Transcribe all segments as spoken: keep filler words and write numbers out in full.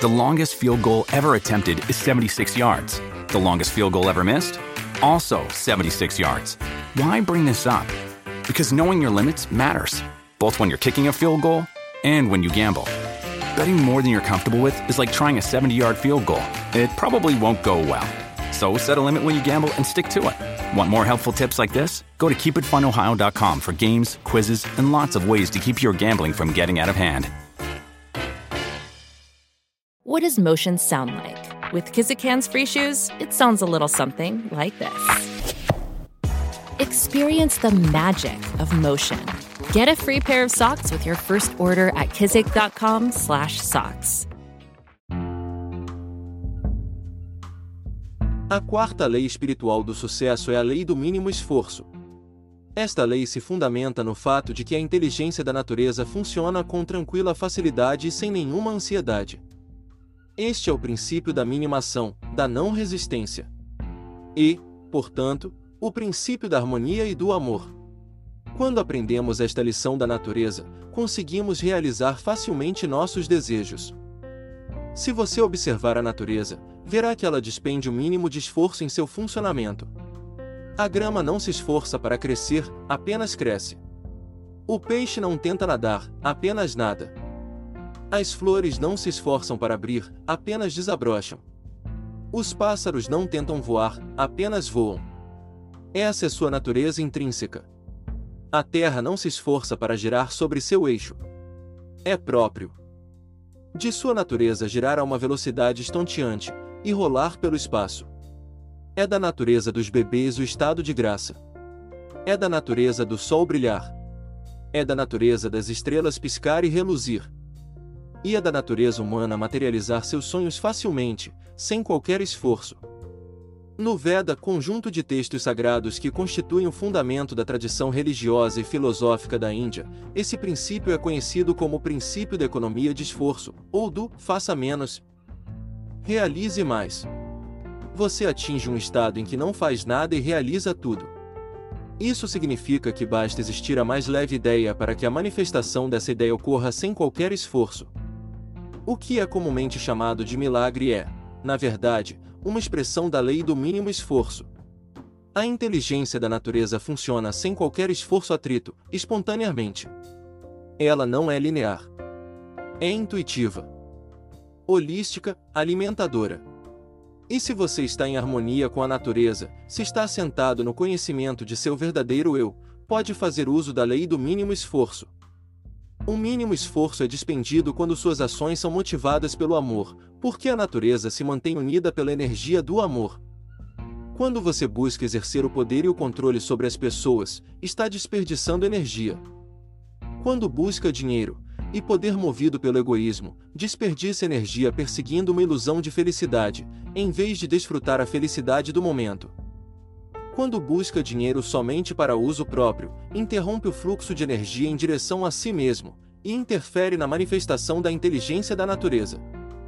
The longest field goal ever attempted is seventy-six yards. The longest field goal ever missed? Also seventy-six yards. Why bring this up? Because knowing your limits matters, both when you're kicking a field goal and when you gamble. Betting more than you're comfortable with is like trying a seventy-yard field goal. It probably won't go well. So set a limit when you gamble and stick to it. Want more helpful tips like this? Go to keep it fun ohio dot com for games, quizzes, and lots of ways to keep your gambling from getting out of hand. What does motion sound like? With Kizikans free shoes, it sounds a little something like this. Experience the magic of motion. Get a free pair of socks with your first order at kizik dot com slash socks. A quarta lei espiritual do sucesso é a lei do mínimo esforço. Esta lei se fundamenta no fato de que a inteligência da natureza funciona com tranquila facilidade e sem nenhuma ansiedade. Este é o princípio da mínima ação, da não resistência. E, portanto, o princípio da harmonia e do amor. Quando aprendemos esta lição da natureza, conseguimos realizar facilmente nossos desejos. Se você observar a natureza, verá que ela despende o mínimo de esforço em seu funcionamento. A grama não se esforça para crescer, apenas cresce. O peixe não tenta nadar, apenas nada. As flores não se esforçam para abrir, apenas desabrocham. Os pássaros não tentam voar, apenas voam. Essa é sua natureza intrínseca. A Terra não se esforça para girar sobre seu eixo. É próprio de sua natureza girar a uma velocidade estonteante e rolar pelo espaço. É da natureza dos bebês o estado de graça. É da natureza do sol brilhar. É da natureza das estrelas piscar e reluzir. E é da natureza humana materializar seus sonhos facilmente, sem qualquer esforço. No Veda, conjunto de textos sagrados que constituem o fundamento da tradição religiosa e filosófica da Índia, esse princípio é conhecido como o princípio da economia de esforço, ou do faça menos, realize mais. Você atinge um estado em que não faz nada e realiza tudo. Isso significa que basta existir a mais leve ideia para que a manifestação dessa ideia ocorra sem qualquer esforço. O que é comumente chamado de milagre é, na verdade, uma expressão da lei do mínimo esforço. A inteligência da natureza funciona sem qualquer esforço atrito, espontaneamente. Ela não é linear. É intuitiva, holística, alimentadora. E se você está em harmonia com a natureza, se está assentado no conhecimento de seu verdadeiro eu, pode fazer uso da lei do mínimo esforço. O mínimo esforço é despendido quando suas ações são motivadas pelo amor, porque a natureza se mantém unida pela energia do amor. Quando você busca exercer o poder e o controle sobre as pessoas, está desperdiçando energia. Quando busca dinheiro e poder movido pelo egoísmo, desperdiça energia perseguindo uma ilusão de felicidade, em vez de desfrutar a felicidade do momento. Quando busca dinheiro somente para uso próprio, interrompe o fluxo de energia em direção a si mesmo, e interfere na manifestação da inteligência da natureza.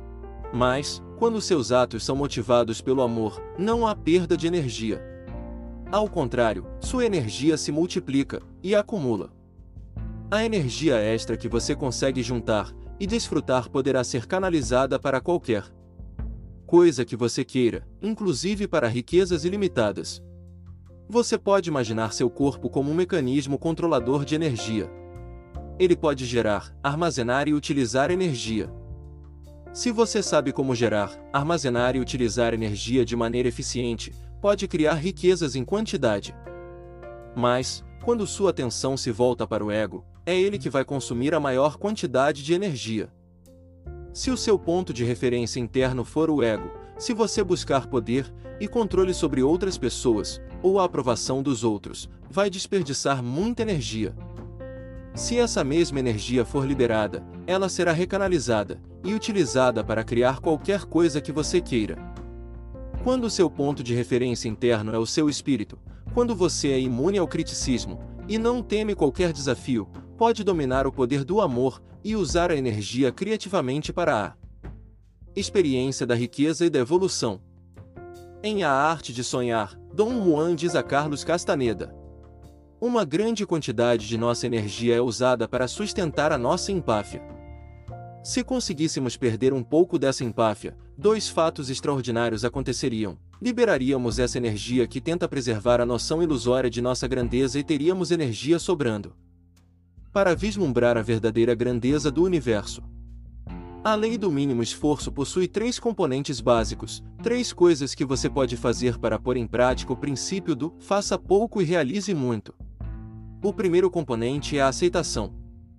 Mas, quando seus atos são motivados pelo amor, não há perda de energia. Ao contrário, sua energia se multiplica e acumula. A energia extra que você consegue juntar e desfrutar poderá ser canalizada para qualquer coisa que você queira, inclusive para riquezas ilimitadas. Você pode imaginar seu corpo como um mecanismo controlador de energia. Ele pode gerar, armazenar e utilizar energia. Se você sabe como gerar, armazenar e utilizar energia de maneira eficiente, pode criar riquezas em quantidade. Mas, quando sua atenção se volta para o ego, é ele que vai consumir a maior quantidade de energia. Se o seu ponto de referência interno for o ego, se você buscar poder e controle sobre outras pessoas, ou a aprovação dos outros, vai desperdiçar muita energia. Se essa mesma energia for liberada, ela será recanalizada e utilizada para criar qualquer coisa que você queira. Quando o seu ponto de referência interno é o seu espírito, quando você é imune ao criticismo e não teme qualquer desafio, pode dominar o poder do amor e usar a energia criativamente para a experiência da riqueza e da evolução. Em A Arte de Sonhar, Dom Juan diz a Carlos Castaneda: uma grande quantidade de nossa energia é usada para sustentar a nossa empáfia. Se conseguíssemos perder um pouco dessa empáfia, dois fatos extraordinários aconteceriam. Liberaríamos essa energia que tenta preservar a noção ilusória de nossa grandeza e teríamos energia sobrando para vislumbrar a verdadeira grandeza do universo. A lei do mínimo esforço possui três componentes básicos, três coisas que você pode fazer para pôr em prática o princípio do faça pouco e realize muito. O primeiro componente é a aceitação.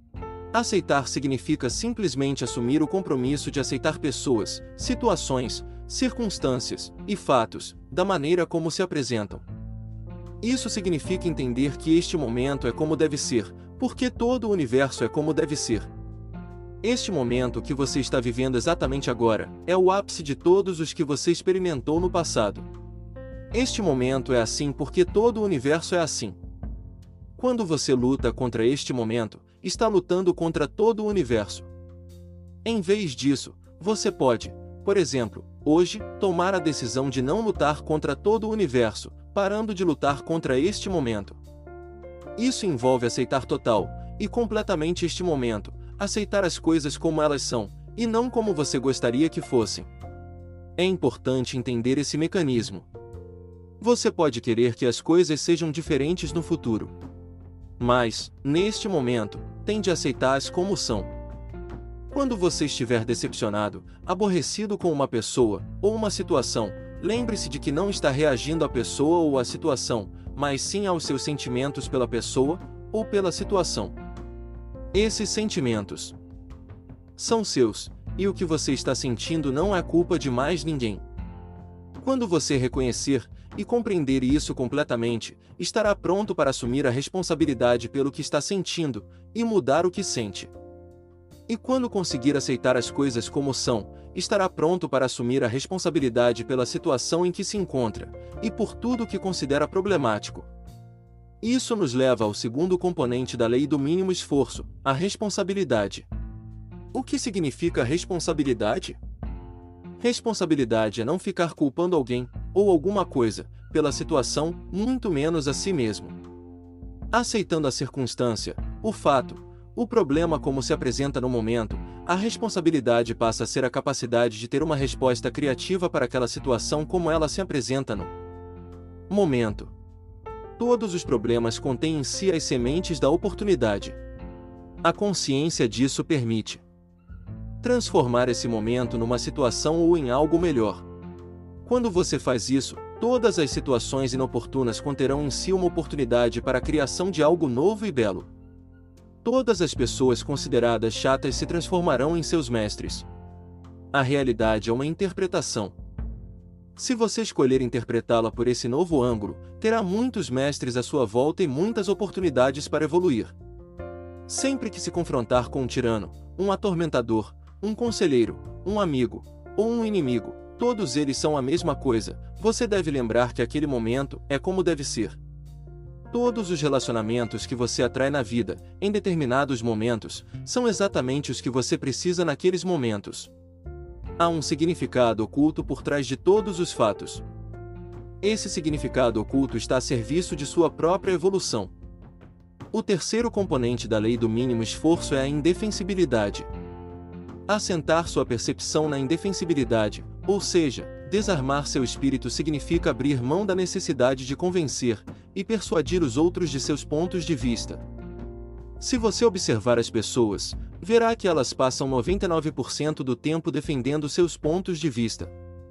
Aceitar significa simplesmente assumir o compromisso de aceitar pessoas, situações, circunstâncias e fatos, da maneira como se apresentam. Isso significa entender que este momento é como deve ser, porque todo o universo é como deve ser. Este momento que você está vivendo exatamente agora, é o ápice de todos os que você experimentou no passado. Este momento é assim porque todo o universo é assim. Quando você luta contra este momento, está lutando contra todo o universo. Em vez disso, você pode, por exemplo, hoje, tomar a decisão de não lutar contra todo o universo, parando de lutar contra este momento. Isso envolve aceitar total e completamente este momento, aceitar as coisas como elas são, e não como você gostaria que fossem. É importante entender esse mecanismo. Você pode querer que as coisas sejam diferentes no futuro. Mas, neste momento, tende a aceitá-las como são. Quando você estiver decepcionado, aborrecido com uma pessoa, ou uma situação, lembre-se de que não está reagindo à pessoa ou à situação, mas sim aos seus sentimentos pela pessoa, ou pela situação. Esses sentimentos são seus, e o que você está sentindo não é culpa de mais ninguém. Quando você reconhecer e compreender isso completamente, estará pronto para assumir a responsabilidade pelo que está sentindo e mudar o que sente. E quando conseguir aceitar as coisas como são, estará pronto para assumir a responsabilidade pela situação em que se encontra e por tudo o que considera problemático. Isso nos leva ao segundo componente da lei do mínimo esforço, a responsabilidade. O que significa responsabilidade? Responsabilidade é não ficar culpando alguém, ou alguma coisa, pela situação, muito menos a si mesmo. Aceitando a circunstância, o fato, o problema como se apresenta no momento, a responsabilidade passa a ser a capacidade de ter uma resposta criativa para aquela situação como ela se apresenta no momento. Todos os problemas contêm em si as sementes da oportunidade. A consciência disso permite transformar esse momento numa situação ou em algo melhor. Quando você faz isso, todas as situações inoportunas conterão em si uma oportunidade para a criação de algo novo e belo. Todas as pessoas consideradas chatas se transformarão em seus mestres. A realidade é uma interpretação. Se você escolher interpretá-la por esse novo ângulo, terá muitos mestres à sua volta e muitas oportunidades para evoluir. Sempre que se confrontar com um tirano, um atormentador, um conselheiro, um amigo ou um inimigo, todos eles são a mesma coisa, você deve lembrar que aquele momento é como deve ser. Todos os relacionamentos que você atrai na vida, em determinados momentos, são exatamente os que você precisa naqueles momentos. Há um significado oculto por trás de todos os fatos. Esse significado oculto está a serviço de sua própria evolução. O terceiro componente da lei do mínimo esforço é a indefensibilidade. Assentar sua percepção na indefensibilidade, ou seja, desarmar seu espírito significa abrir mão da necessidade de convencer e persuadir os outros de seus pontos de vista. Se você observar as pessoas, verá que elas passam noventa e nove por cento do tempo defendendo seus pontos de vista.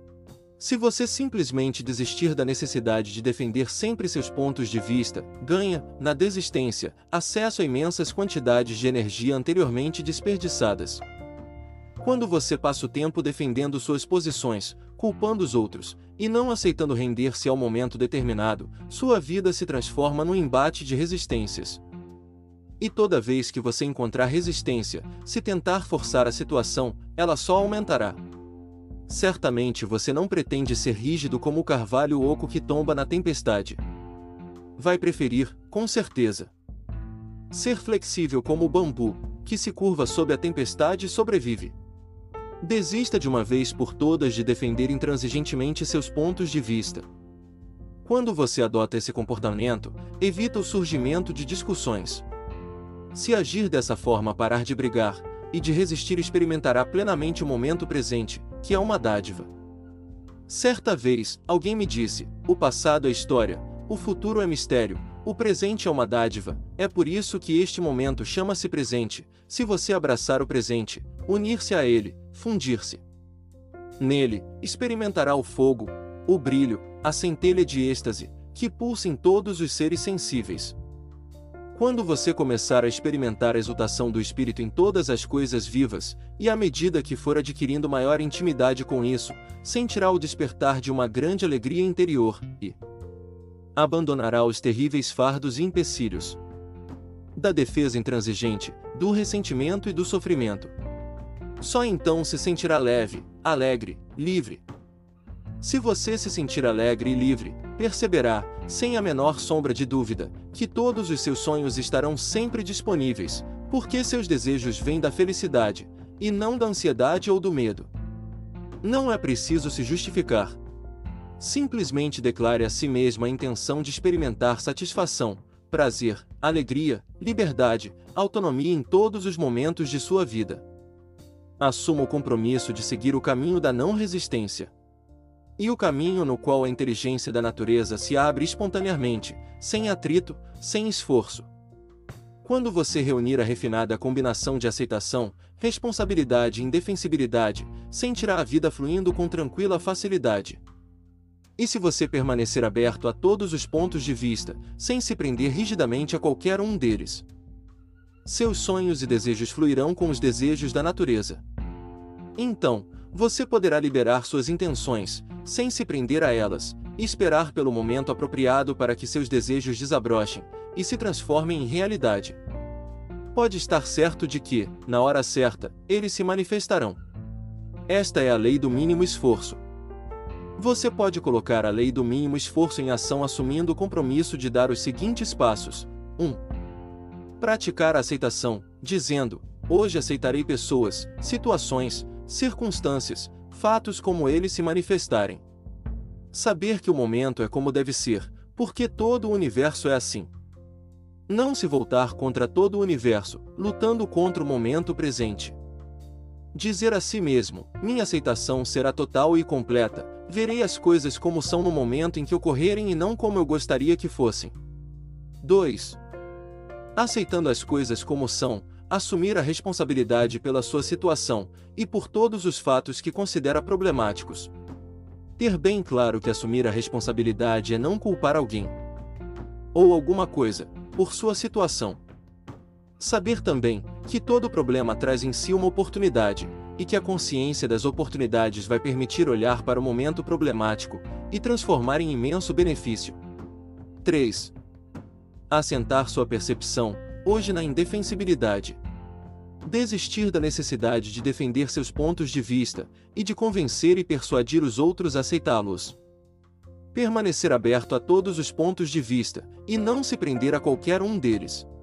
Se você simplesmente desistir da necessidade de defender sempre seus pontos de vista, ganha, na desistência, acesso a imensas quantidades de energia anteriormente desperdiçadas. Quando você passa o tempo defendendo suas posições, culpando os outros, e não aceitando render-se ao momento determinado, sua vida se transforma num embate de resistências. E toda vez que você encontrar resistência, se tentar forçar a situação, ela só aumentará. Certamente você não pretende ser rígido como o carvalho oco que tomba na tempestade. Vai preferir, com certeza, ser flexível como o bambu, que se curva sob a tempestade e sobrevive. Desista de uma vez por todas de defender intransigentemente seus pontos de vista. Quando você adota esse comportamento, evita o surgimento de discussões. Se agir dessa forma parar de brigar, e de resistir experimentará plenamente o momento presente, que é uma dádiva. Certa vez, alguém me disse: o passado é história, o futuro é mistério, o presente é uma dádiva, é por isso que este momento chama-se presente. Se você abraçar o presente, unir-se a ele, fundir-se nele, experimentará o fogo, o brilho, a centelha de êxtase, que pulsa em todos os seres sensíveis. Quando você começar a experimentar a exultação do Espírito em todas as coisas vivas, e à medida que for adquirindo maior intimidade com isso, sentirá o despertar de uma grande alegria interior, e abandonará os terríveis fardos e empecilhos da defesa intransigente, do ressentimento e do sofrimento. Só então se sentirá leve, alegre, livre. Se você se sentir alegre e livre, perceberá, sem a menor sombra de dúvida, que todos os seus sonhos estarão sempre disponíveis, porque seus desejos vêm da felicidade, e não da ansiedade ou do medo. Não é preciso se justificar. Simplesmente declare a si mesmo a intenção de experimentar satisfação, prazer, alegria, liberdade, autonomia em todos os momentos de sua vida. Assuma o compromisso de seguir o caminho da não resistência. E o caminho no qual a inteligência da natureza se abre espontaneamente, sem atrito, sem esforço. Quando você reunir a refinada combinação de aceitação, responsabilidade e indefensibilidade, sentirá a vida fluindo com tranquila facilidade. E se você permanecer aberto a todos os pontos de vista, sem se prender rigidamente a qualquer um deles, seus sonhos e desejos fluirão com os desejos da natureza. Então, você poderá liberar suas intenções, sem se prender a elas, e esperar pelo momento apropriado para que seus desejos desabrochem e se transformem em realidade. Pode estar certo de que, na hora certa, eles se manifestarão. Esta é a lei do mínimo esforço. Você pode colocar a lei do mínimo esforço em ação assumindo o compromisso de dar os seguintes passos. um. Praticar a aceitação, dizendo: hoje aceitarei pessoas, situações, circunstâncias, fatos como eles se manifestarem. Saber que o momento é como deve ser, porque todo o universo é assim. Não se voltar contra todo o universo, lutando contra o momento presente. Dizer a si mesmo: minha aceitação será total e completa, verei as coisas como são no momento em que ocorrerem e não como eu gostaria que fossem. dois. Aceitando as coisas como são, assumir a responsabilidade pela sua situação, e por todos os fatos que considera problemáticos. Ter bem claro que assumir a responsabilidade é não culpar alguém ou alguma coisa por sua situação. Saber também que todo problema traz em si uma oportunidade, e que a consciência das oportunidades vai permitir olhar para o momento problemático e transformar em imenso benefício. três. Assentar sua percepção, hoje na indefensibilidade. Desistir da necessidade de defender seus pontos de vista, e de convencer e persuadir os outros a aceitá-los. Permanecer aberto a todos os pontos de vista, e não se prender a qualquer um deles.